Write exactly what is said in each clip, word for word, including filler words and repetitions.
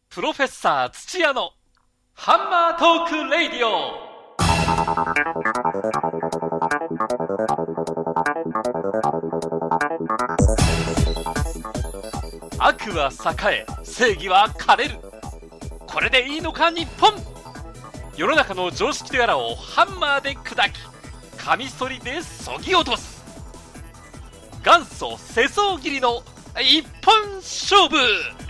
プロフェッサー土屋のハンマートークレイディオ。悪は栄え、正義は枯れる。これでいいのか日本。世の中の常識とやらをハンマーで砕き、カミソリでそぎ落とす。元祖世相切りの一本勝負。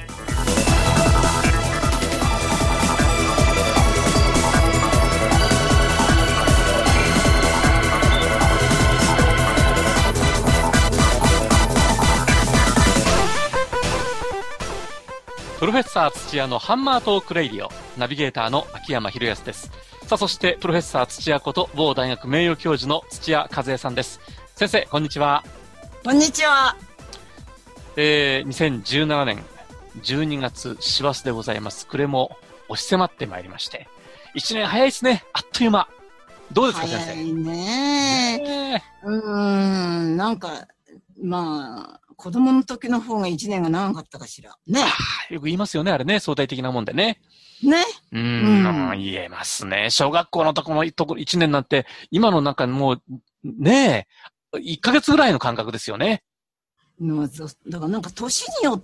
プロフェッサー土屋のハンマートークレイディオ、ナビゲーターの秋山博康です。さあ、そしてプロフェッサー土屋こと某大学名誉教授の土屋和恵さんです。先生、こんにちは。 こんにちは。 えー、にせんじゅうななねんじゅうにがつ師走でございます。暮れも押し迫ってまいりまして、いちねん早いですね。あっという間。どうですか、先生。 早いね。ねうーん、なんか、まあ、子供の時の方が一年が長かったかしら。ね。 よく言いますよね、あれね、相対的なもんでね。 ね。 うーん、うん、言えますね。小学校のとこのところ一年なんて、今のなんかもう、ねえ、いっかげつぐらいの感覚ですよね。 だからなんか年によって、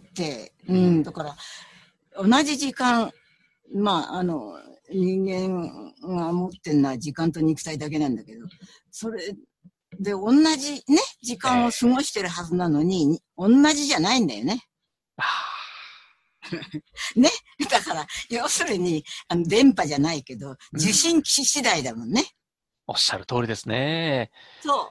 うん、だから同じ時間、まあ、あの、人間が持ってるのは時間と肉体だけなんだけど、それで同じね、時間を過ごしてるはずなのに、えー、同じじゃないんだよね。ね。だから、要するに、あの、電波じゃないけど、受信機次第だもんね。 うん、おっしゃる通りですね。 そう。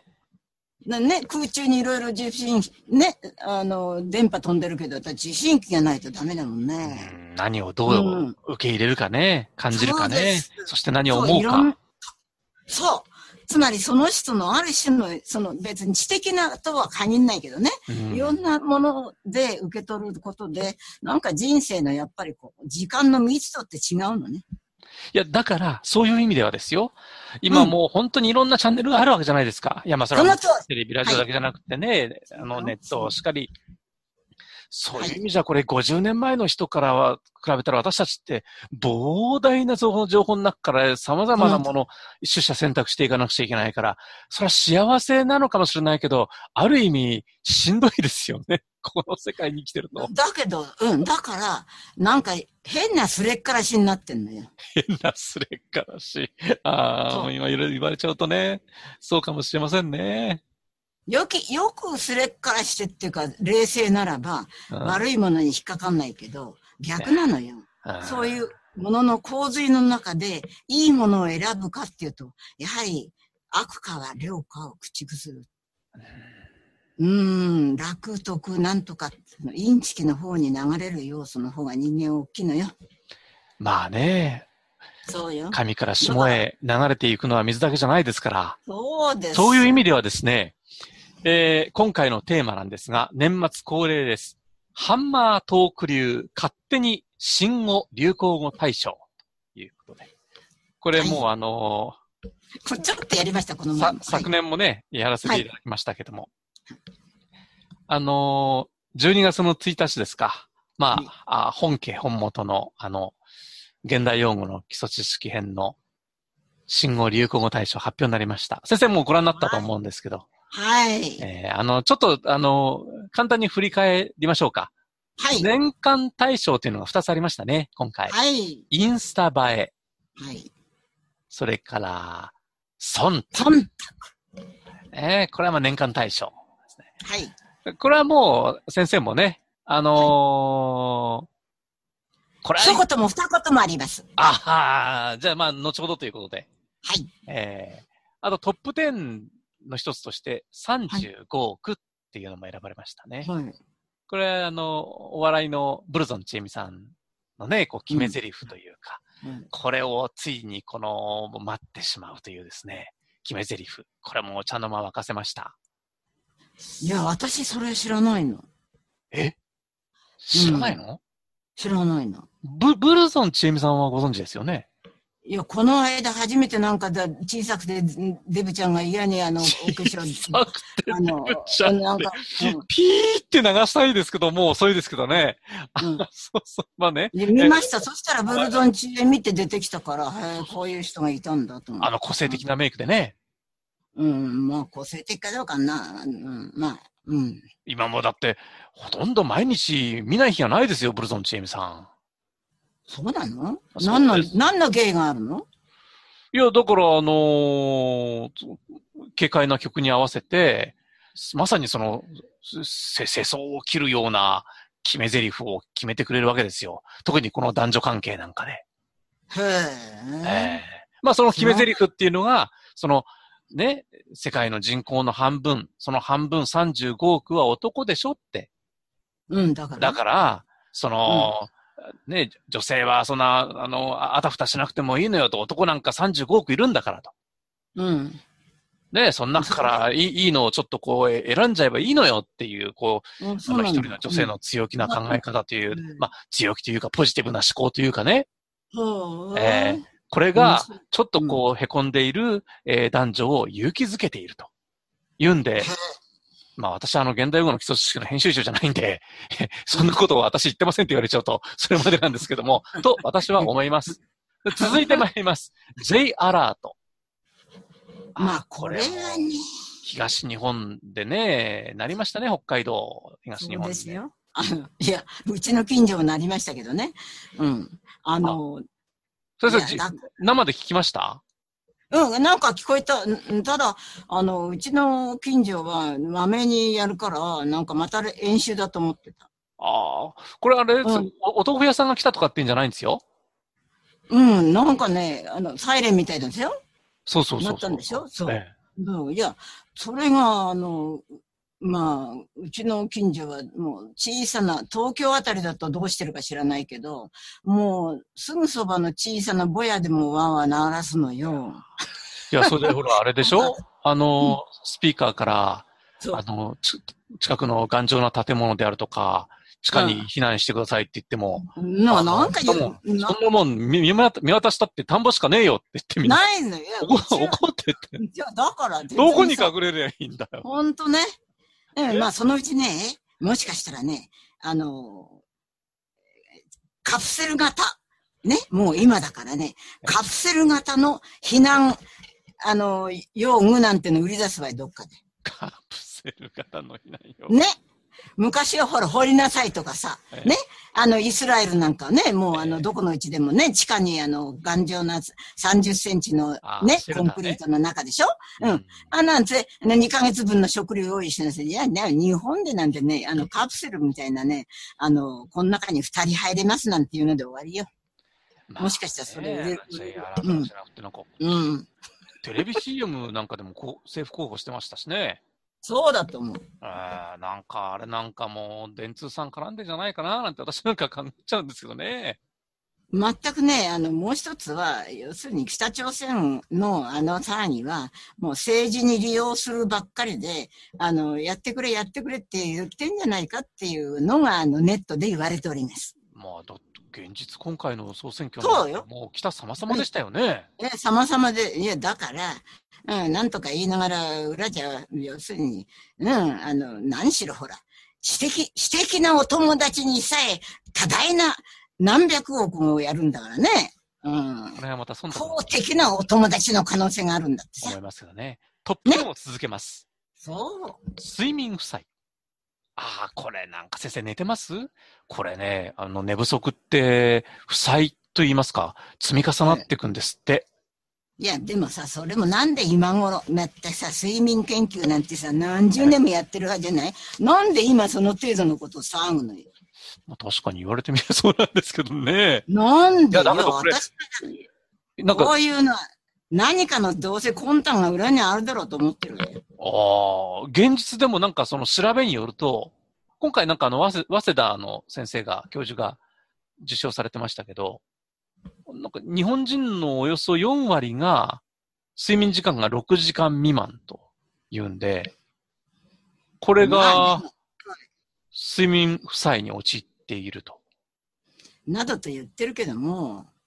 ね、空中にいろいろ受信、ね、あの、電波飛んでるけど、受信機がないとダメだもんね。 うん、何をどう受け入れるかね、うん、感じるかね。そ, そして何を思うか。 そう。つまりその人のある種の、その別に知的なとは限らないけどね、うん、いろんなもので受け取ることで、なんか人生のやっぱりこう、時間の密度って違うのね。 いや、だから、そういう意味ではですよ。今もう本当にいろんなチャンネルがあるわけじゃないですか。いや、まあ、それはテレビ、ラジオだけじゃなくてね、はい、あの、ネットをしっかり。そういう意味じゃ、これごじゅうねんまえの人からは比べたら私たちって膨大な情報の中から様々なものを取捨選択していかなくちゃいけないから、それは幸せなのかもしれないけど、ある意味しんどいですよね。この世界に生きてると。 だけど、うん、だから、なんか変なすれっからしになってんのよ。 変なすれっからし。ああ、もう今いろいろ言われちゃうとね、そうかもしれませんね。 よき、よくすれっからしてっていうか、冷静ならば、うん、悪いものに引っかかんないけど、逆なのよ。そういうものの洪水の中で、いいものを選ぶかっていうと、やはり、悪かは良かを駆逐する。うーん、楽、得、なんとか、インチキの方に流れる要素の方が人間は大きいのよ。 まあね。 そうよ。 神から下へ流れていくのは水だけじゃないですから。 そうです。 そういう意味ではですね、えー、今回のテーマなんですが、年末恒例です。ハンマートーク流勝手に新語・流行語大賞ということで。これもう、はい、あのー、ちょっとやりました、この前。 昨年もね、やらせていただきましたけども。はい、あのー、じゅうにがつのついたちですか。まあ、はい、あ本家本元の、あの、現代用語の基礎知識編の新語・流行語大賞発表になりました。先生もご覧になったと思うんですけど。はいはい。 えー、あの、ちょっと、あの、簡単に振り返りましょうか。 はい。 年間大賞というのがふたつありましたね、今回。 はい。 インスタ映え。 はい。 それから、忖度。 忖度。 えー、これはまあ年間大賞ですね。 はい。これはもう、先生もね、あのー、はい、 これは。一言も二言もあります。 あはー、じゃあまあ、後ほどということで。 はい。 えー、あとトップじゅうの一つとしてさんじゅうごおくっていうのも選ばれましたね。はい、これはあの、お笑いのブルゾンちえみさんのね、こう決め台詞というか、うんうん、これをついにこの待ってしまうというですね、決め台詞。これも茶の間沸かせました。 いや、私それ知らないの。 え知らないの、うん、 知らないの。 ブ、ブルゾンちえみさんはご存知ですよね。 いや、この間初めてなんかだ、小さくて、デブちゃんが嫌にあの、お化粧、 小さくてあの、なんか、 うん、ピーって流したいですけど、もう遅いですけどね。うん、そうそう、まあね。 見ました。そしたらブルゾンチで見て出てきたから、へえ、こういう人がいたんだと思って。 あの個性的なメイクでね。 うん、まあ個性的かどうかな。うん、まあ、うん。 今もだって、ほとんど毎日見ない日がないですよ、ブルゾンチエミさん。 そうなの？何の、何の芸があるの？ いや、だから、あのー、軽快な曲に合わせて、まさにその、世相を切るような決め台詞を決めてくれるわけですよ。特にこの男女関係なんかで。 へえ。 えー、まあその決め台詞っていうのが、その、ね、世界の人口の半分、その半分さんじゅうごおくは男でしょって。 うん、だから。 だから、その、うん、ね、女性はそんな、あの、あたふたしなくてもいいのよと、男なんかさんじゅうごおくいるんだからと。 うん。 ね、その中からいいいいのをちょっとこう選んじゃえばいいのよっていう、こう、あの一人の女性の強気な考え方という、うん、まあ強気というかポジティブな思考というかね。 うん、 えー、これがちょっとこう凹んでいる、えー、男女を勇気づけていると。言うんで、まあ私はあの現代語の基礎知識の編集長じゃないんで、そんなことを私言ってませんって言われちゃうと、それまでなんですけども、と私は思います。続いてまいります。J アラート。 まあこれはね。 東日本でね、なりましたね、北海道、東日本で。 そうですよ。あの、いや、うちの近所もなりましたけどね。うん。あの、 それそれ、生で聞きました？ うん、なんか聞こえた。ただ、あの、うちの近所は、まめにやるから、なんかまた演習だと思ってた。 ああ、これあれ、うん、お、お豆腐屋さんが来たとかってんじゃないんですよ。 うん、なんかね、あの、サイレンみたいですよ。 そうそうそうそう。 なったんでしょ？そう。 ええ、 うん、いや、それが、あの、まあ、うちの近所はもう小さな、東京あたりだとどうしてるか知らないけど、もうすぐそばの小さなぼやでもわーわー鳴らすのよ。 いや、それでほら、あれでしょあの、スピーカーから、あの、近くの頑丈な建物であるとか、地下に避難してくださいって言っても、 な、なんか言う。 そんなもん見渡したって田んぼしかねえよって言ってみんな。 ないのよ。 怒ってって。 いや、だから、 どこに隠れりゃいいんだよ。 ほんとね。うん、まあ、そのうちね、もしかしたらね、あの、カプセル型。ね、もう今だからね、カプセル型の避難、あの、用具なんての売り出すわよ、どっかで。 カプセル型の避難用具。ね。昔はほら、掘りなさいとかさ、ね。あの、イスラエルなんかね、もうあの、どこのうちでもね、地下にあの、頑丈なさんじゅっセンチのね、コンクリートの中でしょ？うん。あ、なんて、にかげつぶんの食料用意してるんですよ。いや、ね、日本でなんてね、あの、カプセルみたいなね、あの、この中に二人入れますなんていうので終わりよ。もしかしたらそれ売れる。 うん。うん。テレビ シーエム なんかでもこう政府広報してましたしね。 そうだと思う。 あなんか、あれなんかもう、電通さん絡んでんじゃないかななんて私なんか考えちゃうんですけどね。 全くね、あの、もう一つは、要するに北朝鮮のあの騒ぎは、もう政治に利用するばっかりで、あの、やってくれ、やってくれって言ってんじゃないかっていうのが、あの、ネットで言われております。 まあ、だ現実今回の総選挙そうよ。 もう北様々でしたよね。 え、様々で、いや、だから、うん、なんとか言いながら、裏じゃ、要するに、うん、あの、何しろほら、私的、私的なお友達にさえ、多大な何百億もやるんだからね。うん。 これはまたそんな。 公的なお友達の可能性があるんだってさ。 思いますけどね。トップテンを続けます。 ね、そう。 睡眠負債。ああ、これなんか先生寝てます？これね、あの寝不足って、負債と言いますか、積み重なっていくんですって。 いや、でもさ、それもなんで今頃、またさ、睡眠研究なんてさ、何十年もやってるわけじゃない？なんで今その程度のことを騒ぐのよ。 まあ、確かに言われてみればそうなんですけどね。 なんでよ、 いや、だけどこれ、 私なんかこういうのは、何かのどうせ魂胆が裏にあるだろうと思ってるわよ。 ああ、現実でもなんかその調べによると、今回なんかあの、早稲田の先生が、教授が受賞されてましたけど、なんか日本人のおよそよんわりが睡眠時間がろくじかん未満と言うんで、これが睡眠負債に陥っていると。 などと言ってるけども、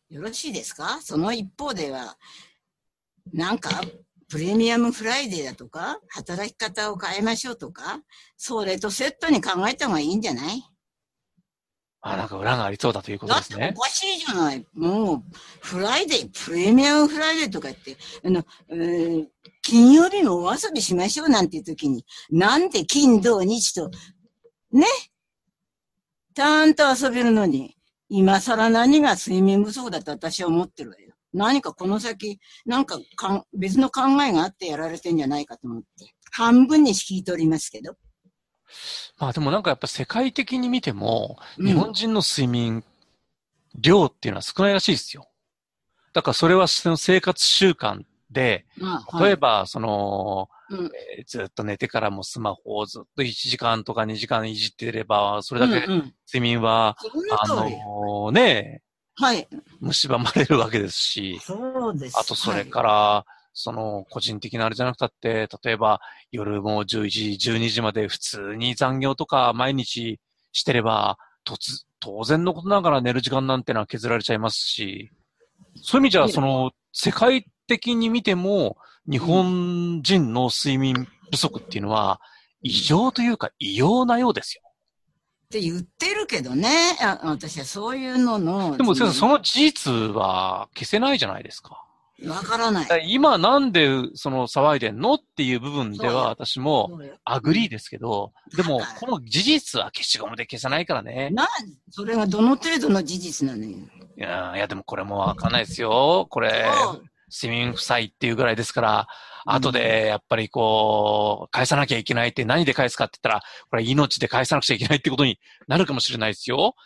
よろしいですか？その一方では、なんか、プレミアムフライデーだとか、働き方を変えましょうとか、それとセットに考えた方がいいんじゃない？ あ、なんか裏がありそうだということですね。 だっておかしいじゃない。もう、フライデー、プレミアムフライデーとか言って、あの、えー、金曜日もお遊びしましょうなんていう時に、なんで金土日と、ね、ちゃんと遊べるのに、今更何が睡眠不足だと私は思ってるわよ。何かこの先、なんかかん別の考えがあってやられてんじゃないかと思って。半分に引き取りますけど。 まあでもなんかやっぱ世界的に見ても、 うん、 日本人の睡眠量っていうのは少ないらしいですよ。だからそれはその生活習慣で、例えばその、うんえー、ずっと寝てからもスマホをずっといちじかんとかにじかんいじってれば、それだけ睡眠は、うんうん、あのー、ね、はい。蝕まれるわけですし、 そうです。 あとそれから、はい、その個人的なあれじゃなくたって、例えば夜もじゅういちじ、じゅうにじまで普通に残業とか毎日してれば、突当然のことながら寝る時間なんてのは削られちゃいますし、そういう意味じゃ、その、世界的に見ても、日本人の睡眠不足っていうのは、異常というか異様なようですよ。 って言ってるけどね。あ私はそういうのの。 でも先生、その事実は消せないじゃないですか。 わからない。 今なんでその騒いでんのっていう部分では私もアグリーですけど、でもこの事実は消しゴムで消さないからね。 な、それがどの程度の事実なのよ。 いや、いやでもこれもわかんないですよ。これ、睡眠負債っていうぐらいですから、後でやっぱりこう、返さなきゃいけないって何で返すかって言ったら、これ命で返さなくちゃいけないってことになるかもしれないですよ。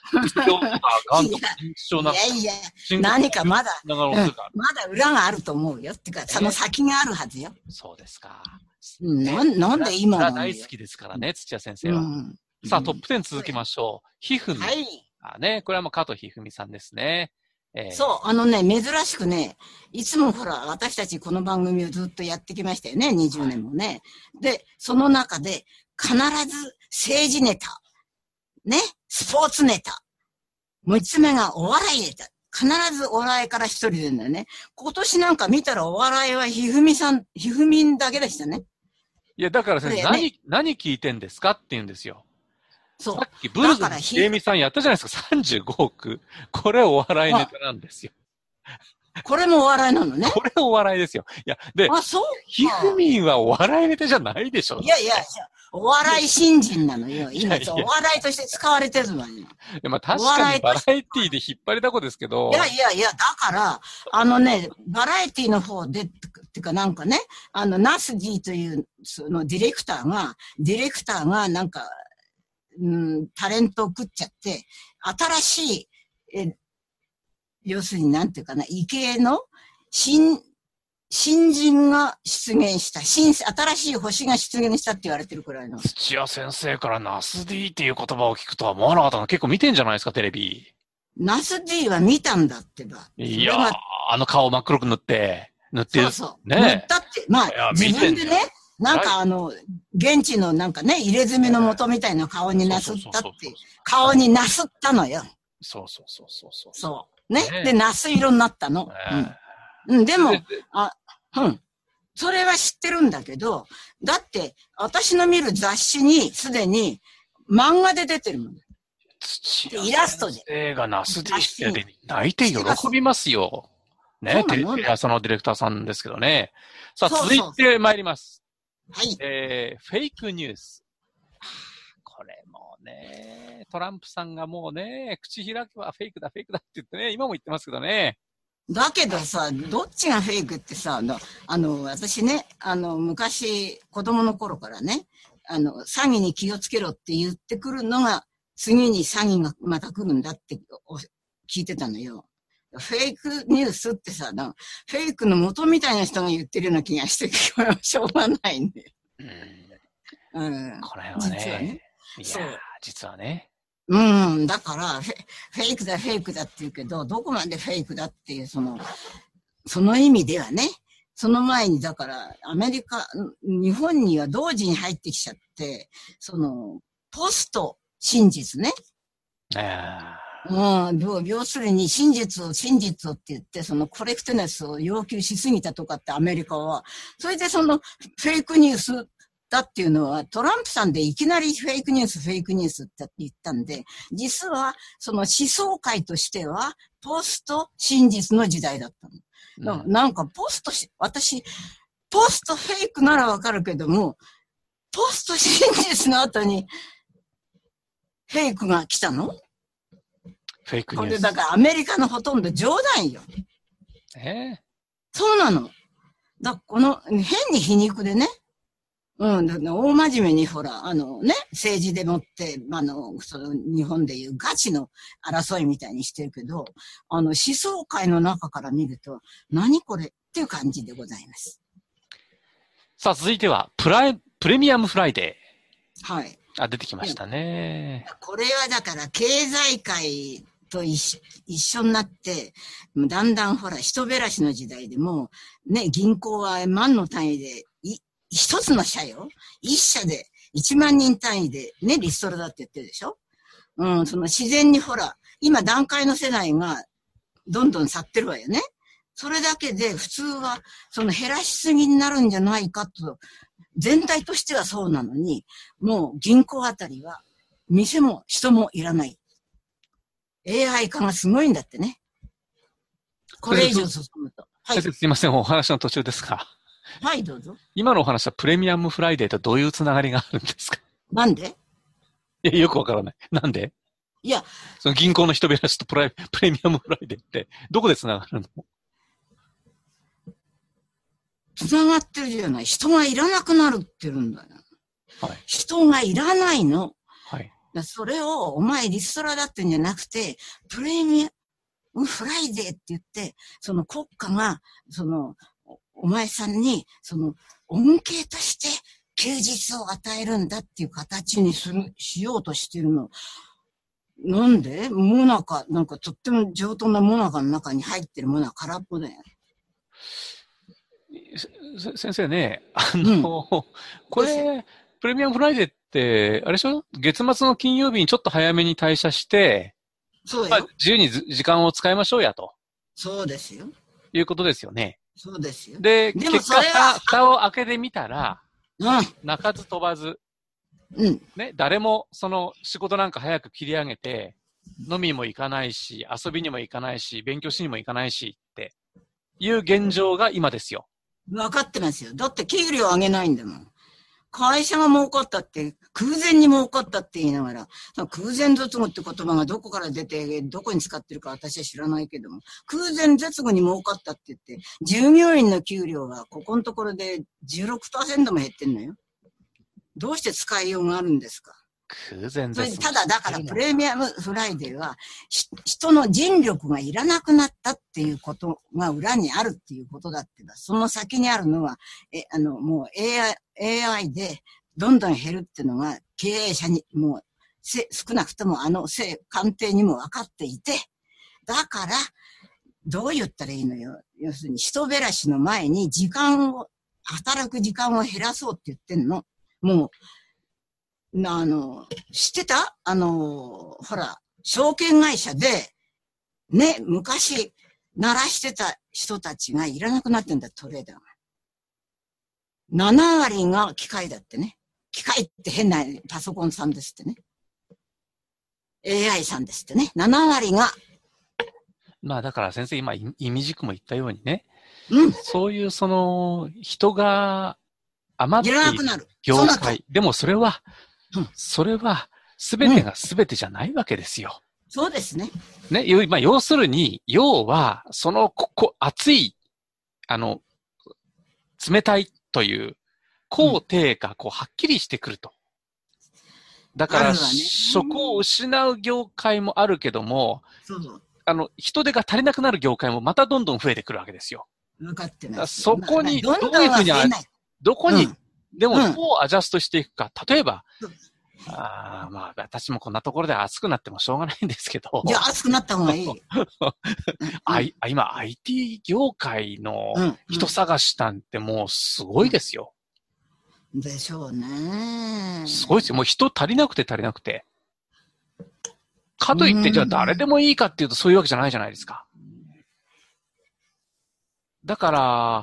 いやいや、何かまだ、うん、まだ裏があると思うよ。ってか、その先があるはずよ。 そうですか。 うん、な, なんで今の大好きですからね、土屋先生は。うん、さあ、トップじゅう続きましょう。ひふみ。はい。あね、これはもう加藤ひふみさんですね。 えー、そう、あのね、珍しくね、いつもほら、私たちこの番組をずっとやってきましたよね、にじゅうねんもね。はい、で、その中で、必ず政治ネタ、ね、スポーツネタ、もう一つ目がお笑いネタ。必ずお笑いから一人出るんだよね。今年なんか見たらお笑いはひふみさん、ひふみんだけでしたね。 いや、だから先生、ね、何、何聞いてんですかって言うんですよ。 そう。 さっきブルズのエイミさんやったじゃないですか、さんじゅうごおく。これお笑いネタなんですよ。 これもお笑いなのね。 これお笑いですよ。いや、で、 あ、そうひふみんはお笑いネタじゃないでしょ。 いやいや、お笑い新人なのよ。今、お笑いとして使われてるのよ。いや、まあ確かにバラエティで引っ張りだこですけど。 いやいやいや、だから、あのね、バラエティの方で、ってかなんかね、あの、ナス D という、そのディレクターが、ディレクターがなんか、うん、タレントを食っちゃって、新しい、え、要するになんていうかな、異形の新、新人が出現した、新、新しい星が出現したって言われてるくらいの。 土屋先生からナス D っていう言葉を聞くとは思わなかったの。結構見てんじゃないですか、テレビ。 ナス D は見たんだってば。 いやー、あの顔真っ黒く塗って、塗ってる。 そうそう。ね。塗ったって、まあ、自分でね、なんかあの、現地のなんかね、入れ墨の元みたいな顔になすったって、顔になすったのよ。 そうそうそうそうそう。 そう。ね。ねで、ナス色になったの。うん。うん、でも、あ、うん。それは知ってるんだけど、だって、私の見る雑誌にすでに漫画で出てるもん。イラストで。 先生がナス D って泣いて喜びますよ。ね、テレビ朝のディレクターさんですけどね。さあ、続いて参ります。 はい。 えー、フェイクニュース。これもね、トランプさんがもうね、口開けばフェイクだ、フェイクだって言ってね、今も言ってますけどね。 だけどさ、どっちがフェイクってさ、あの、私ね、あの、昔、子供の頃からね、あの、詐欺に気をつけろって言ってくるのが、次に詐欺がまた来るんだって聞いてたのよ。フェイクニュースってさ、フェイクの元みたいな人が言ってるような気がして、これはしょうがないんで。 うん。うん、この辺はね。実はね。いや、実はね。 うん、だからフェ、フェイクだ、フェイクだって言うけど、どこまでフェイクだっていう、その、その意味ではね、その前に、だから、アメリカ、日本には同時に入ってきちゃって、その、ポスト真実ね。 うん、要要するに真実を真実をって言って、そのコレクトネスを要求しすぎたとかってアメリカは。それでそのフェイクニュースだっていうのは、トランプさんでいきなりフェイクニュース、フェイクニュースって言ったんで、実はその思想界としては、ポスト真実の時代だったの。うん、なんかポストし、私、ポストフェイクならわかるけども、ポスト真実の後にフェイクが来たの？ フェイクニュース。 これだからアメリカのほとんど冗談よ。 えー、 そうなの。だこの変に皮肉でね、うん、大真面目にほら、あのね、政治でもって、あの、その日本でいうガチの争いみたいにしてるけど、あの思想界の中から見ると、何これっていう感じでございます。 さあ、続いては、プライ、プレミアムフライデー。はい。 あ、出てきましたね。 これはだから経済界と一緒になって、だんだんほら、人べらしの時代でも、ね、銀行は万の単位で、い、一つの社よ。一社で一万人単位で、ね、リストラだって言ってるでしょ？うん、その自然にほら、今段階の世代がどんどん去ってるわよね。それだけで普通は、その減らしすぎになるんじゃないかと、全体としてはそうなのに、もう銀行あたりは、店も人もいらない。エーアイ 化がすごいんだってね。これ以上進むと。 はい。先生すいません、お話の途中ですか。 はい、どうぞ。 今のお話はプレミアムフライデーとどういうつながりがあるんですか？ なんで？ いや、よくわからない。なんで？ いや、 その銀行の人べらしとプライプレミアムフライデーってどこでつながるの？ つながってるじゃない。人がいらなくなるって言うんだよ。はい。人がいらないの。はい。それを、お前リストラだってんじゃなくて、プレミアムフライデーって言って、その国家が、その、お前さんに、その、恩恵として休日を与えるんだっていう形にする、しようとしてるの。なんで？モナカ、なんかとっても上等なモナカの中に入ってるものは空っぽだよ。 先生ね、あの、うん、これ、プレミアムフライデーって、あれでしょ？月末の金曜日にちょっと早めに退社して、 そうよ。 まあ、自由に時間を使いましょうやと。 そうですよ。 いうことですよね。 そうですよ。 で、でも結果、蓋を開けてみたら、 うん。 鳴かず飛ばず、 うん。 ね、誰もその仕事なんか早く切り上げて、飲みも行かないし、遊びにも行かないし、勉強しにも行かないしっていう現状が今ですよ。 分かってますよ。だって給料上げないんだもん。会社が儲かったって、空前に儲かったって言いながら、空前絶後って言葉がどこから出て、どこに使ってるか私は知らないけども、空前絶後に儲かったって言って、従業員の給料がここのところで じゅうろくパーセント も減ってんのよ。どうして使いようがあるんですか？ 空前絶後。 ただだからプレミアムフライデーは人の人力がいらなくなったっていうことが裏にあるっていうことだってだ。その先にあるのは、え、あの、もう エーアイ、エーアイ でどんどん減るっていうのが経営者にもうせ少なくともあの官邸にも分かっていて、だからどう言ったらいいのよ。要するに人べらしの前に時間を、働く時間を減らそうって言ってんの。もうあの、知ってた？あの、ほら、証券会社で、ね、昔、鳴らしてた人たちがいらなくなってんだ、トレーダーが。ななわりが機械だってね。機械って変なパソコンさんですってね。エーアイ さんですってね。ななわりが。 まあだから先生今、意味軸も言ったようにね。 うん。 そういうその、人が余っている業界。でもそれは、うん、それは、すべてがすべてじゃないわけですよ。 うん、そうですね。 ね、まあ、要するに、要は、その、ここ、熱い、あの、冷たいという、高低がこう、はっきりしてくると。だから、ね、職を失う業界もあるけども、 そうそう。 あの、人手が足りなくなる業界もまたどんどん増えてくるわけですよ。 分かってます。 そこに、どういうふうに、どこに、うんでも、どうアジャストしていくか。例えば、うん、あまあ、私もこんなところで熱くなってもしょうがないんですけど。 いや、熱くなった方がいい。 あい今、アイティー 業界の人探しなんてもうすごいですよ。 でしょうね。 すごいですよ。もう人足りなくて足りなくて。 かといって、じゃあ誰でもいいかっていうとそういうわけじゃないじゃないですか。だから、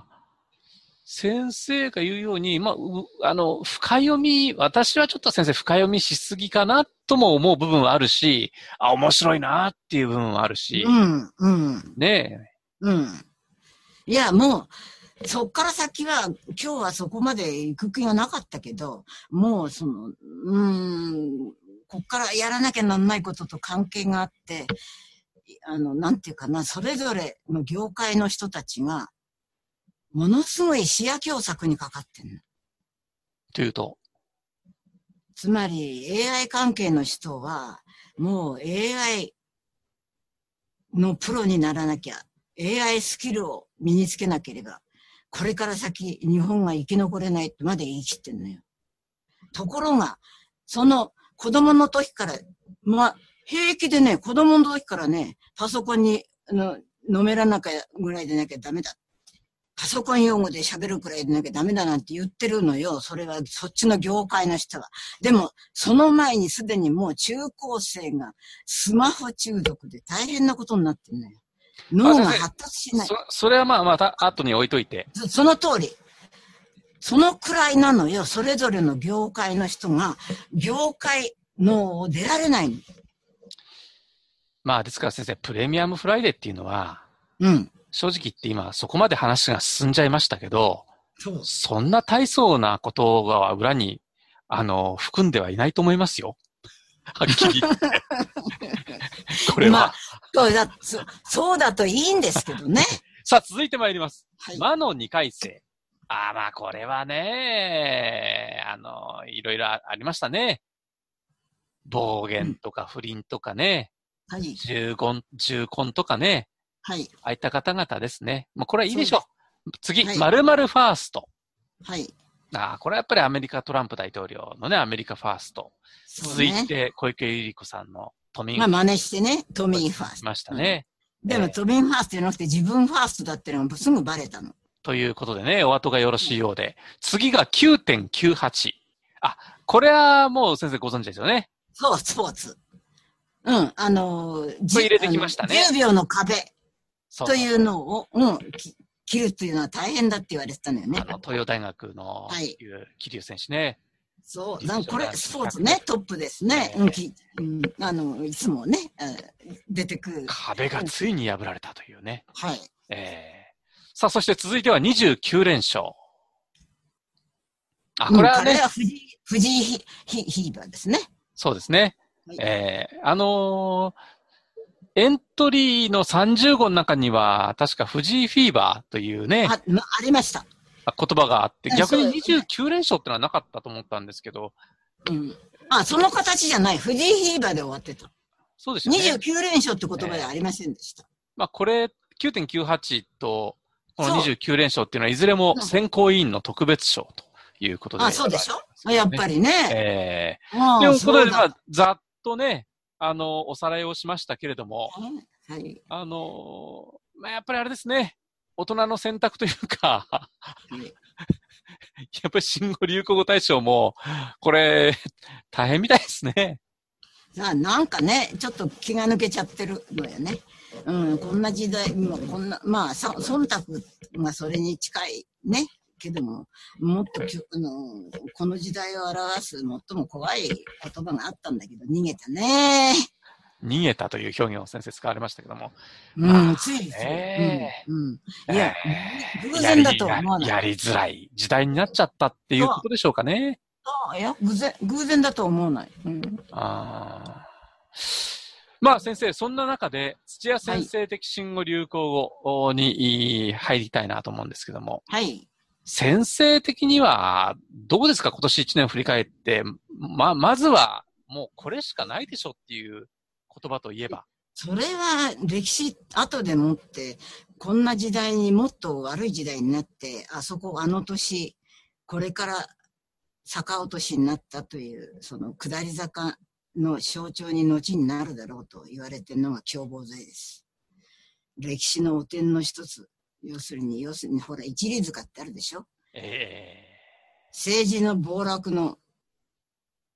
先生が言うように、まあ、あの、深読み、私はちょっと先生深読みしすぎかなとも思う部分はあるし、あ、面白いなっていう部分はあるし。 うん、うん。 ねえ。 うん。いや、もう、そっから先は、今日はそこまで行く気がなかったけど、もうその、うーん、こっからやらなきゃなんないことと関係があって、あの、なんていうかな、それぞれの業界の人たちが、ものすごい視野狭窄にかかってるの。 というと。 つまり エーアイ 関係の人は、もう エーアイ のプロにならなきゃ、エーアイ スキルを身につけなければ、これから先日本が生き残れないってまで言い切ってんのよ。ところが、その子供の時から、ま、平気でね、子供の時からね、パソコンに、あの、のめらなきゃぐらいでなきゃダメだ。パソコン用語で喋るくらいでなきゃダメだなんて言ってるのよ。それはそっちの業界の人は。でも、その前にすでにもう中高生がスマホ中毒で大変なことになってるのよ。脳が発達しない。 そ, それはまあまた後に置いといてそ。その通り。そのくらいなのよ。それぞれの業界の人が、業界の出られないの。 まあですから先生、プレミアムフライデーっていうのは、 うん。 正直言って今そこまで話が進んじゃいましたけど、 そう。 そんな大層なことが裏に、あの、含んではいないと思いますよ。はっきり言って。これは。まあ、 そうだ、そ、そうだといいんですけどね。 さあ、続いて参ります。 はい、 魔の二回生。ああ、まあこれはね、あの、いろいろありましたね。暴言とか不倫とかね。 はい。 重婚、重婚とかね。 はい。 ああいった方々ですね。まあこれはいいでしょう。次、 はい、 〇〇ファースト。 はい。 ああ、これはやっぱりアメリカトランプ大統領のね、アメリカファースト。続いて、小池百合子さんの都民ファースト。 まあ真似してね、都民ファースト。 ましたね。 うん、でも、えー、都民ファーストじゃなくて自分ファーストだってのがすぐバレたの。 ということでね、お後がよろしいようで。次が きゅうてんきゅうはち。あ、これはもう先生ご存知ですよね。 そう、スポーツ。うん、あのー、 これ入れてきましたね。 じゅうびょうの壁というのを、うん、切るっていうのは大変だって言われてたのよね。 あの、東洋大学の、はい、桐生選手ね。 そう、これ、スポーツね、トップですね。うん、きうん、あの、いつもね、出てくる。 壁がついに破られたというね。 はい。 えー、さあ、そして続いてはにじゅうきゅうれんしょう。あ、これはね。 うん、これは藤井、藤井ヒーバーですね。 そうですね。はい、えー、あのー、エントリーのさんじゅうごの中には、確か藤井フィーバーというね。 あ、ま、ありました。 言葉があって、逆ににじゅうきゅうれんしょうってのはなかったと思ったんですけど。 うん。あ、その形じゃない。藤井フィーバーで終わってた。 そうでしたね。 にじゅうきゅうれんしょうって言葉ではありませんでした。 えー、まあ、これ、きゅうてんきゅうはち と、このにじゅうきゅうれんしょうっていうのは、いずれも選考委員の特別賞ということで、 ね。あ、そうでしょ、ね、やっぱりね。 ええー。ということで、まあ、ざっとね、あの、おさらいをしましたけれども、 はい。 あの、まあ、やっぱりあれですね、大人の選択というか、はいやっぱり新語・流行語大賞も、これ、大変みたいですね。 あ、なんかね、ちょっと気が抜けちゃってるのよね。うん、こんな時代、もうこんな、まあ、忖度がそれに近いね。けども、もっとあの、この時代を表す最も怖い言葉があったんだけど、逃げたね。 逃げたという表現を先生使われましたけども。 うん、まあ、ついに。 えー、 うん、うん。いや、 えー、 偶然だと思わない。 やりづらい時代になっちゃったっていうことでしょうかね。 ああ、いや、偶然、偶然だと思わない。うん、 あまあ先生、そんな中で土屋先生的新語・流行語に入りたいなと思うんですけども。 はい。 先生的にはどうですか？今年一年を振り返って、ま、まずはもうこれしかないでしょっていう言葉といえば。 それは歴史後でもって、こんな時代にもっと悪い時代になって、あそこあの年、これから坂落としになったという、その下り坂の象徴に後になるだろうと言われているのが共謀罪です。歴史の汚点の一つ。要するに、要するに、ほら、一里塚ってあるでしょ、えー、政治の暴落の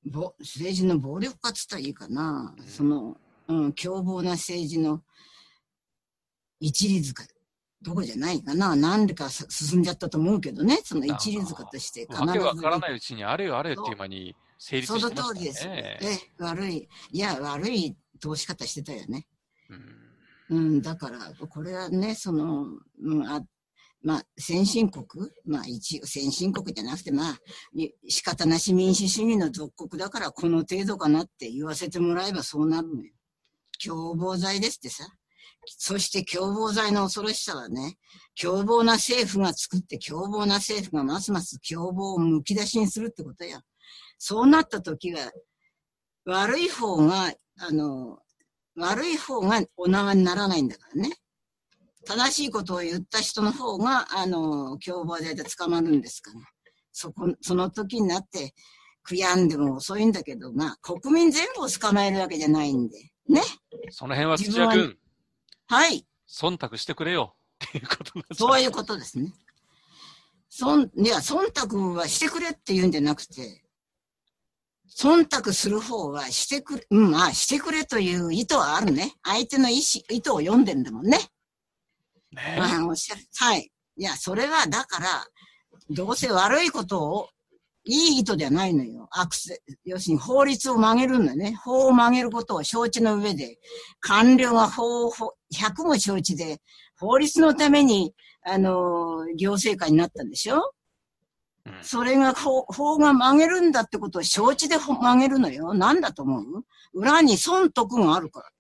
ぼ政治の暴力化っつったらいいかな。うん、その、うん、凶暴な政治の一律化、どこじゃないかな。なんでか進んじゃったと思うけどね。その一律化として必ず。 わけわからないうちにあれよあれっていう間に成立してましたね。 その通りです。え、悪い。いや、悪い通し方してたよね。うん、うん、だから、これはね、その、うん、あまあ、先進国まあ、一応、先進国じゃなくて、まあ、仕方なし民主主義の属国だから、この程度かなって言わせてもらえばそうなるのよ。共謀罪ですってさ。そして共謀罪の恐ろしさはね、凶暴な政府が作って、凶暴な政府がますます凶暴をむき出しにするってことや。そうなった時は、悪い方が、あの、悪い方がお縄にならないんだからね。正しいことを言った人の方が、あの、共謀罪で捕まるんですから。そこ、その時になって、悔やんでも遅いんだけど、まあ、国民全部を捕まえるわけじゃないんで。ね。 その辺は土屋君。 はい。 忖度してくれよ。っていうことなんです。 そういうことですね。そん、いや、忖度はしてくれって言うんじゃなくて、忖度する方はしてくれ、うん、まあ、してくれという意図はあるね。相手の意思、意図を読んでんだもんね。ねえ。まあ、おっしゃる。はい。いや、それは、だから、どうせ悪いことを、いい意図ではないのよ。アクセ、要するに法律を曲げるんだね。法を曲げることを承知の上で、官僚が法を、ひゃくも承知で、法律のために、あの、行政官になったんでしょ、うん、それが法、法が曲げるんだってことを承知で曲げるのよ。なんだと思う？裏に損得があるから。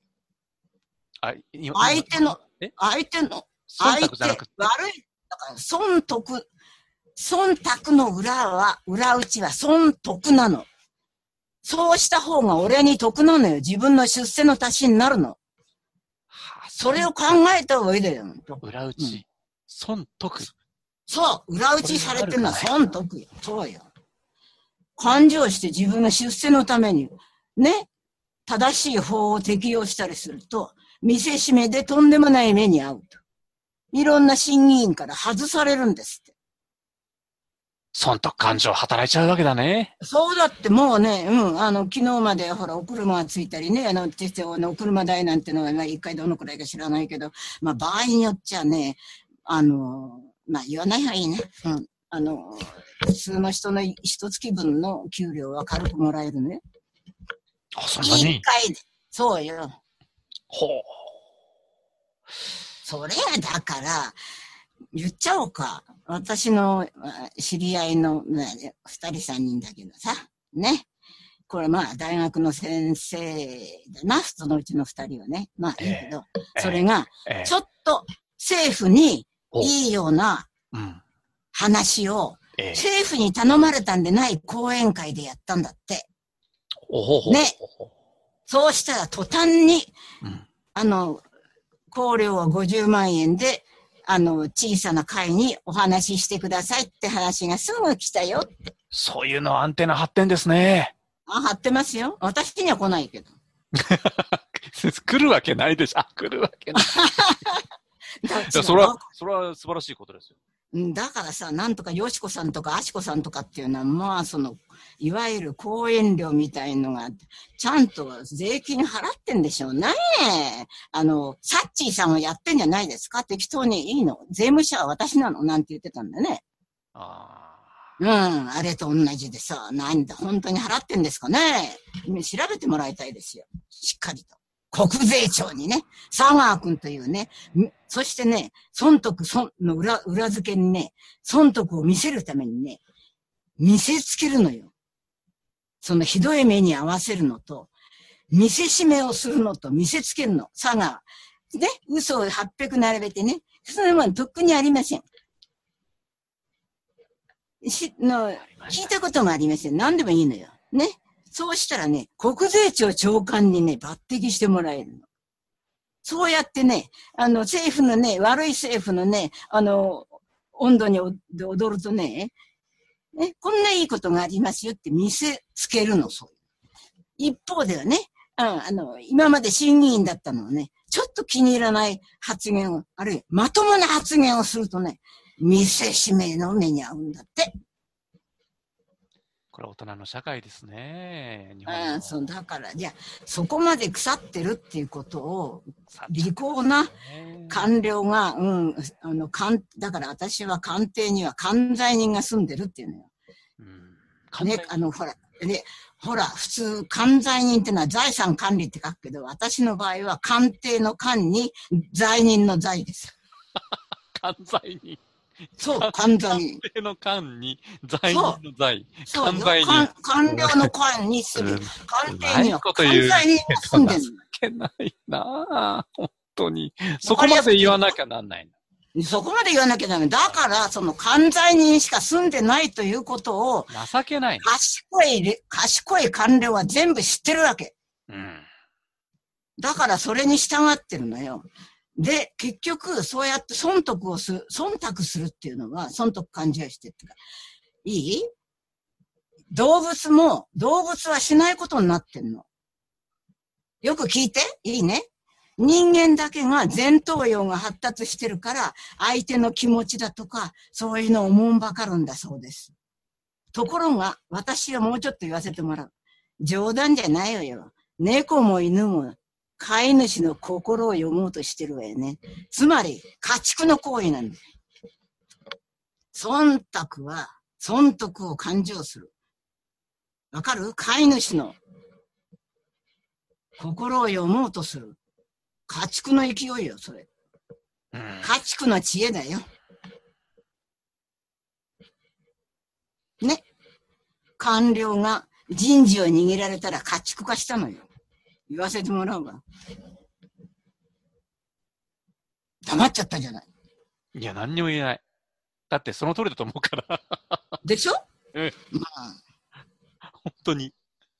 あ、相手の、相手の、相手、悪い、だから損得、忖度の裏は、裏打ちは損得なの。そうした方が俺に得なのよ。自分の出世の足しになるの。はあ、それを考えた方がいいだよ。 裏打ち、うん、損得。 そう、裏打ちされてるのは損得よ。そうよ。勘定して自分の出世のために、ね、正しい法を適用したりすると、見せしめでとんでもない目に遭うと。いろんな審議員から外されるんですって。 損得感情働いちゃうわけだね。 そうだってもうね、うん、あの、昨日までほら、お車がついたりね、あの、実際のお車代なんてのは、まあ、一回どのくらいか知らないけど、まあ、場合によっちゃね、あの、まあ、言わない方がいいね。うん。あの、普通の人の一月分の給料は軽くもらえるね。 あ、そんなに？ 一回で。そうよ。 ほう。 それはだから、言っちゃおうか。私の知り合いの二人三人だけどさ。ね。これまあ大学の先生だな。そのうちの二人はね。まあいいけど。えー、それが、ちょっと政府にいいような話を、えー、政府に頼まれたんでない講演会でやったんだって。ね。そうしたら途端に、うん、あの、考慮はごじゅうまんえんで、あの、小さな会にお話ししてくださいって話がすぐ来たよって。 そういうのアンテナ張ってんですね。 あ、張ってますよ。私には来ないけど。 来るわけないでしょ。あ、来るわけない。いや、それは、それは素晴らしいことですよ。 だからさ、なんとかよしこさんとかあしこさんとかっていうのは、まあ、その、いわゆる講演料みたいのが、ちゃんと税金払ってんでしょうね。あの、サッチーさんはやってんじゃないですか？適当にいいの。税務署は私なのなんて言ってたんだね。ああ。うん、あれと同じでさ、なんだ、本当に払ってんですかね。調べてもらいたいですよ。しっかりと。国税庁にね、佐川くんというね、そしてね、損得損の裏、裏付けにね、損得を見せるためにね、見せつけるのよ。そのひどい目に合わせるのと、見せしめをするのと見せつけるの。佐川。ね、嘘をはっぴゃく並べてね、そんなもんとっくにありません。し、の、聞いたこともありません。何でもいいのよ。ね。そうしたらね、国税庁長官にね、抜擢してもらえるの。そうやってね、あの、政府のね、悪い政府のね、あの、温度に踊るとね、ね、こんないいことがありますよって見せつけるの、そういう。一方ではね、あの、今まで審議員だったのはね、ちょっと気に入らない発言を、あるいはまともな発言をするとね、見せしめの目に遭うんだって。 これは大人の社会ですね。日本ああ、 の。 そう、だから、じゃあ、そこまで腐ってるっていうことを、利口な官僚が、うん、あの、官、だから私は官邸には官罪人が住んでるっていうのよ。うん、ね、あの、ほら、ね、ほら、普通、官罪人ってのは財産管理って書くけど、私の場合は官邸の官に罪人の罪です。 官罪人。 そう、官罪人。 官邸の官に罪人の罪。 そう、そうよ。官僚の官にする。官邸には官罪人が住んでるの。 情けないなぁ。本当に。そこまで言わなきゃなんないの。そこまで言わなきゃダメ。だから、その官罪人しか住んでないということを、 情けない。 賢い、賢い官僚は全部知ってるわけ。うん。だからそれに従ってるのよ。で、結局、そうやって損得をする、忖度するっていうのは、損得感情してってか、いい？動物も、動物はしないことになってんの。よく聞いて、いいね。人間だけが前頭葉が発達してるから、相手の気持ちだとか、そういうのを思んばかるんだそうです。ところが、私はもうちょっと言わせてもらう。冗談じゃないわよ。猫も犬も、飼い主の心を読もうとしてるわよね。つまり、家畜の行為なんだよ。忖度は、損得を感情する。わかる？飼い主の心を読もうとする。家畜の勢いよ、それ。うん、家畜の知恵だよ。ね。官僚が人事を握られたら家畜化したのよ。言わせてもらうわ。黙っちゃったじゃない。 いや、何にも言えない。だってその通りだと思うから。 でしょ？ うん。まあ。本当に。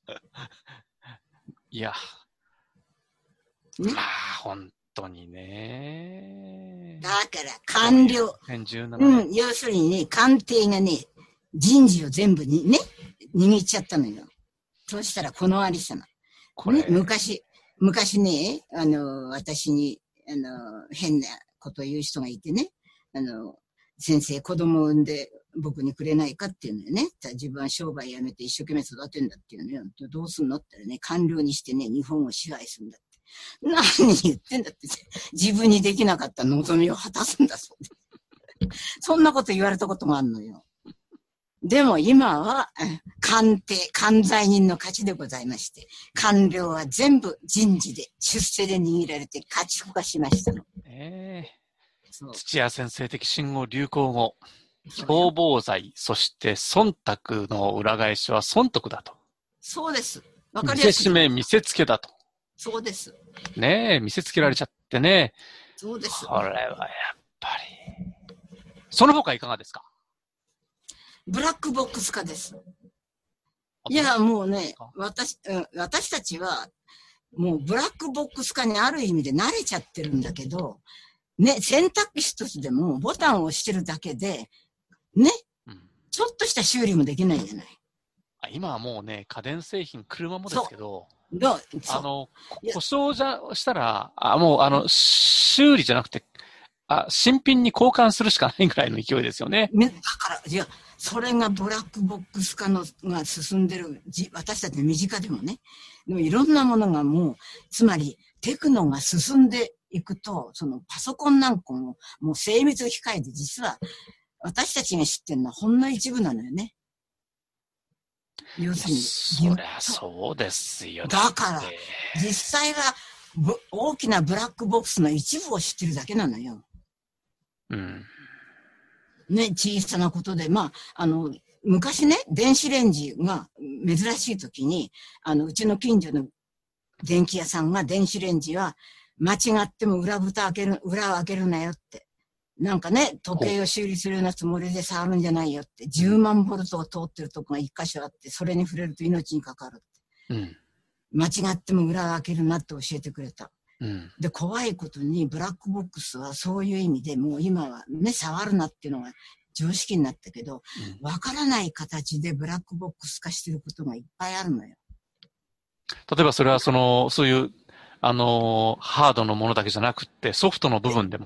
いや。まあ、本当にね。 だから、官僚。うん、要するにね、官邸がね、人事を全部にね、握っちゃったのよ。そうしたら、このありさま。これ、ね、昔、昔ね、あの、私に、あの、変なことを言う人がいてね、あの、先生、子供を産んで僕にくれないかっていうのよね。自分は商売やめて一生懸命育てんだっていうのよ。どうすんのって言ったらね、官僚にしてね、日本を支配するんだって。何言ってんだって、自分にできなかった望みを果たすんだそうです。そんなこと言われたことがあるのよ。でも今は、官邸、官罪人の勝ちでございまして、官僚は全部人事で、出世で握られて家畜化しましたの。 えー、土屋先生的新語・流行語、共謀罪、そして忖度の裏返しは損得だと。 そうです。わかりやすい。 見せしめ、見せつけだと。 そうです。 ねえ、見せつけられちゃってね。 そうです。 これはやっぱり。その他いかがですか？ ブラックボックス化です。いや、もうね、私、私たちは、もうブラックボックス化にある意味で慣れちゃってるんだけど、ね、選択肢一つでもボタンを押してるだけで、ね、うん、ちょっとした修理もできないじゃない。 今はもうね、家電製品、車もですけど、 どうあの、故障じゃしたら、あ、もう、あの、修理じゃなくて、あ、新品に交換するしかないぐらいの勢いですよね。 だから、いや、それがブラックボックス化のが進んでる、私たちの身近でもね、でもいろんなものがもう、つまり、テクノが進んでいくと、そのパソコンなんかも、もう精密機械で実は、私たちが知ってるのはほんの一部なのよね。要するに。 そりゃそうですよ。 だから、実際は大きなブラックボックスの一部を知ってるだけなのよ。うん。ね、小さなことで、まあ、あの、昔ね、電子レンジが珍しい時に、あの、うちの近所の電気屋さんが電子レンジは間違っても裏蓋開ける、裏を開けるなよって。なんかね、時計を修理するようなつもりで触るんじゃないよって、じゅうまんボルトを通ってるとこが一箇所あって、それに触れると命にかかるって。うん、間違っても裏を開けるなって教えてくれた。うん、で、怖いことにブラックボックスはそういう意味でもう今はね、触るなっていうのが常識になったけど、わ、うん、からない形でブラックボックス化してることがいっぱいあるのよ。 例えばそれはその、そういう、あの、ハードのものだけじゃなくって、ソフトの部分でも。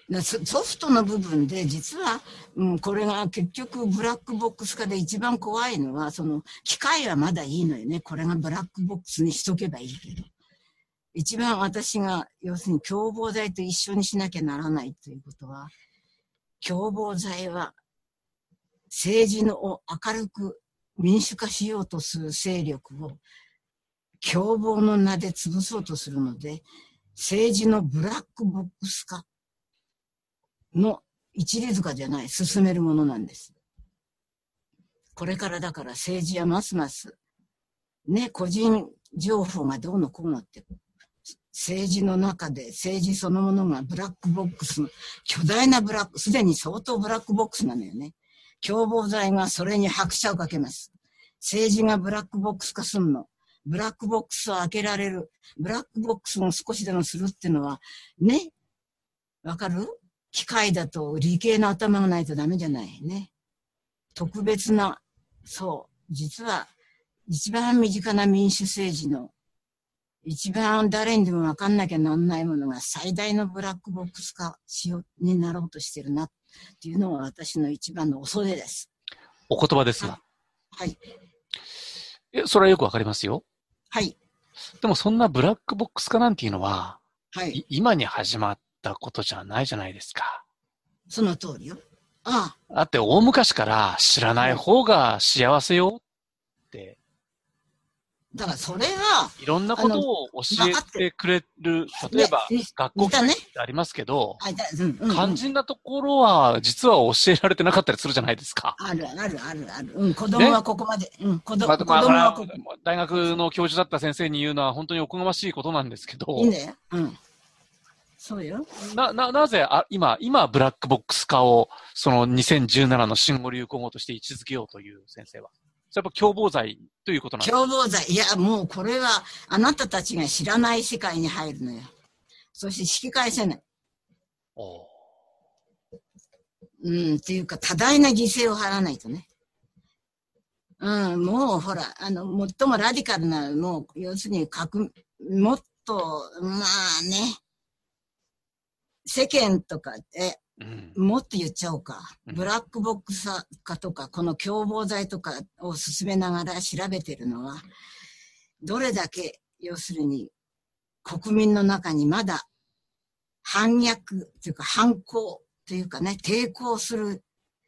ソフトの部分で実は、うん、これが結局ブラックボックス化で一番怖いのは、その機械はまだいいのよね。これがブラックボックスにしとけばいいけど。一番私が要するに共謀罪と一緒にしなきゃならないということは、共謀罪は政治のを明るく民主化しようとする勢力を共謀の名で潰そうとするので、政治のブラックボックス化の一律化じゃない、進めるものなんです。これからだから政治はますます、ね、個人情報がどうのこうのって、政治の中で政治そのものがブラックボックスの、巨大なブラック、すでに相当ブラックボックスなのよね。共謀罪がそれに拍車をかけます。政治がブラックボックス化するの。ブラックボックスを開けられる。ブラックボックスも少しでもするっていうのは、ね。わかる？機械だと理系の頭がないとダメじゃないね。特別な、そう、実は一番身近な民主政治の一番誰にでもわかんなきゃなんないものが最大のブラックボックス化しようになろうとしてるなっていうのが私の一番の恐れです。 お言葉ですが。 はい。 え、それはよくわかりますよ。 はい。 でもそんなブラックボックス化なんていうのは、 はい、 今に始まったことじゃないじゃないですか。 その通りよ。ああ。だって大昔から知らない方が幸せよって。 だからそれは、 いろんなことを教えてくれる、例えば、ね、学校教育ってありますけど、 ねうんうんうん、 肝心なところは実は教えられてなかったりするじゃないですか。 あるあるあるある。うん、子供はここまで。ね、うん、子供、まあ、子供はここ。 大学の教授だった先生に言うのは本当におこがましいことなんですけど。 いいね。うん。そうよ。 な、な、なぜ、あ、今、今、ブラックボックス化を、そのにせんじゅうななの新語・流行語として位置づけようという先生は。それやっぱ共謀罪ということなんですか？ 共謀罪。いや、もうこれは、あなたたちが知らない世界に入るのよ。そして引き返せない。おうん、っていうか、多大な犠牲を払わないとね。うん、もうほら、あの、最もラディカルな、もう、要するに、革、もっと、まあね、世間とか、え、うん、もっと言っちゃおうか。ブラックボックス化とか、この共謀罪とかを進めながら調べてるのは、どれだけ、要するに、国民の中にまだ、反逆というか反抗というかね、抵抗する、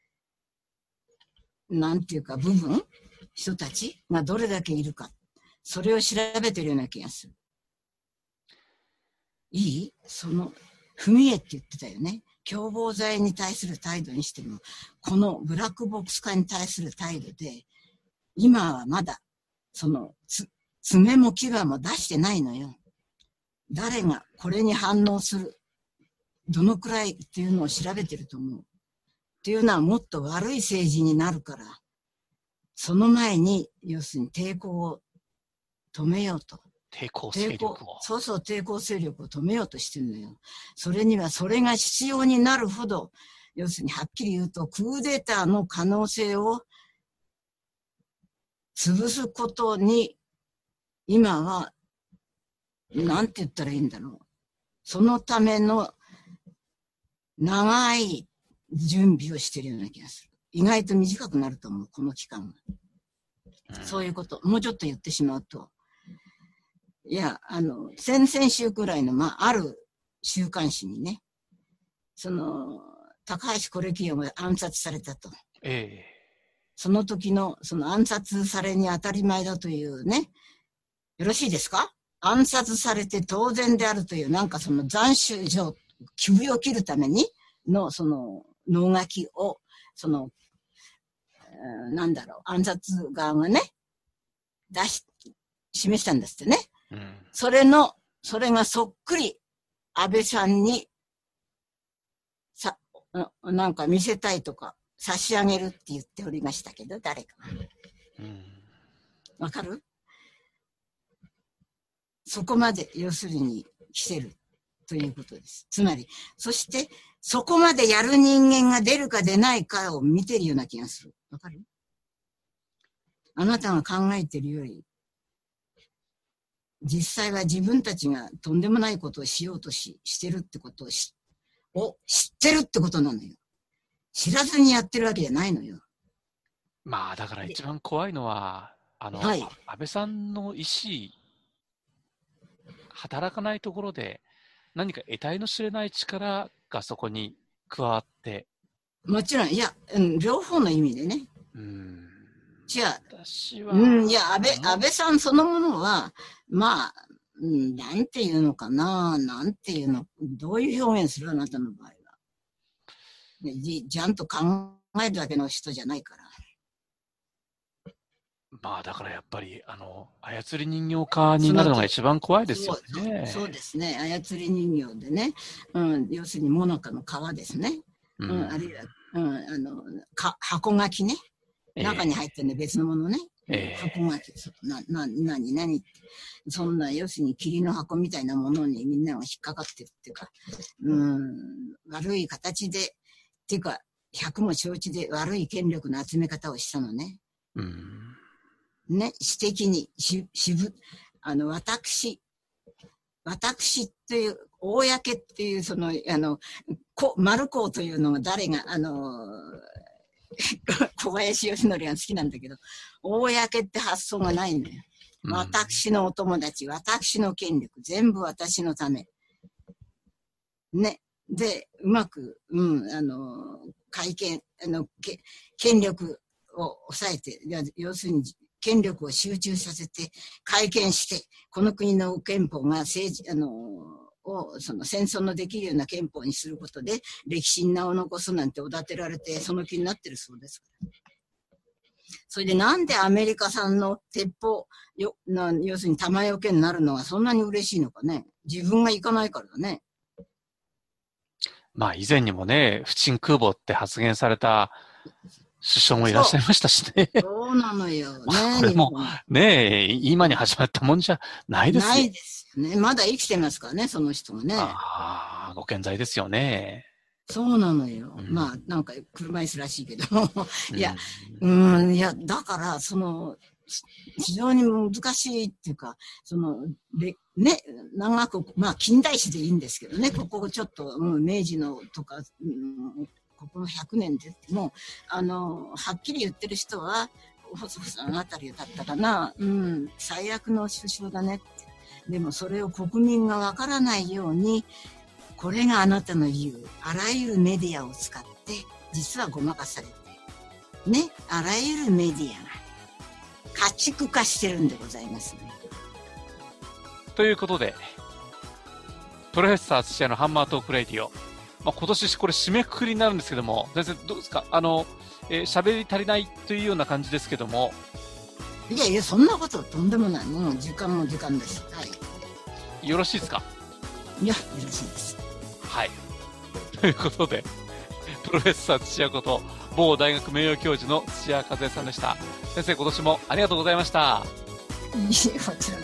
なんていうか部分、人たちがどれだけいるか。それを調べてるような気がする。いい？その、踏み絵って言ってたよね。共謀罪に対する態度にしても、このブラックボックス化に対する態度で、今はまだ、その、つ、爪も牙も出してないのよ。誰がこれに反応する、どのくらいっていうのを調べてると思う。っていうのはもっと悪い政治になるから、その前に、要するに抵抗を止めようと。 抵抗勢力を。 そうそう、抵抗勢力を止めようとしてるのよ。それには、それが必要になるほど、要するにはっきり言うと、クーデターの可能性を潰すことに、今は、なんて言ったらいいんだろう。そのための長い準備をしているような気がする。意外と短くなると思う、この期間が。そういうこと。もうちょっと言ってしまうと。いや、あの、先々週くらいの、まあ、ある週刊誌にね、その、高橋コレキヨが暗殺されたと。ええ。その時の、その暗殺されに当たり前だというね、よろしいですか？暗殺されて当然であるという、なんかその斬首状、首を切るためにの、その、能書きを、その、えー、なんだろう、暗殺側がね、出し、示したんですってね。うん、それの、それがそっくり安倍さんに、さ、なんか見せたいとか、差し上げるって言っておりましたけど、誰か。わ、うん、かる？そこまで、要するに、来てるということです。つまり、そして、そこまでやる人間が出るか出ないかを見てるような気がする。わかる？あなたが考えてるより、実際は自分たちがとんでもないことをしようとし、してるってことをし、 を知ってるってことなのよ。知らずにやってるわけじゃないのよ。 まあ、だから一番怖いのは、あの、はい、安倍さんの意思、働かないところで、何か得体の知れない力がそこに加わって。 もちろん、いや、うん、両方の意味でね。うん。じゃあ、私は、うん、いや、安倍、安倍さんそのものは、まあ、うん、なんていうのかな、なんていうの、どういう表現するあなたの場合は。じ、ちゃんと考えるだけの人じゃないから。 まあ、だからやっぱり、あの、操り人形化になるのが一番怖いですよね。 そう、そうですね。操り人形でね。うん、要するに、もなかの皮ですね。うん、うん、あるいは、うん、あの、か、箱書きね。中に入ってるね、別のものね。えー、箱書き。な、な、なに、なに、そんな、要するに霧の箱みたいなものにみんなが引っかかってるっていうか、うん、悪い形で、っていうか、百も承知で悪い権力の集め方をしたのね。うん、ね、私的に、し、しぶ、あの、私、私っていう、公っていう、その、あの、こ、丸公というのが誰が、あの、小林義則が好きなんだけど、公って発想がないのよ。うん、私のお友達、私の権力、全部私のため。ね。で、うまく、うん、あの、会見、あの、け権力を抑えて、要するに、権力を集中させて、会見して、この国の憲法が政治、あの、を、その戦争のできるような憲法にすることで、歴史に名を残すなんておだてられて、その気になってるそうです。それでなんでアメリカ産の鉄砲、よ、な、要するに弾よけになるのがそんなに嬉しいのかね。自分が行かないからだね。 まあ以前にもね、不沈空母って発言された首相もいらっしゃいましたしね。 そうなのよ。ねこれもね、今に始まったもんじゃないですよ。 ないですよね。まだ生きてますからね、その人がね。 ああ、ご健在ですよね。 そうなのよ。うん、まあ、なんか車椅子らしいけど。いや、うん、うん、いや、だから、その、非常に難しいっていうか、その、で、ね、長く、まあ、近代史でいいんですけどね、ここちょっと、うん、明治のとか、うんここのひゃくねんでも、あの、はっきり言ってる人は、細田さんあたりだったかな、うん、最悪の首相だねって。でもそれを国民がわからないように、これがあなたの言う、あらゆるメディアを使って、実はごまかされて、ね、あらゆるメディアが家畜化してるんでございますね。 ということで、プロフェッサー土屋のハンマートークレディオ。まあ、今年これ締めくくりになるんですけども、先生どうですか？あの、えー、喋り足りないというような感じですけども。 いやいや、そんなこととんでもない。もう時間も時間です。はい。 よろしいですか？ いや、よろしいです。 はい。ということで、プロフェッサー土屋こと某大学名誉教授の土屋和恵さんでした。先生、今年もありがとうございました。 いいえ、こちら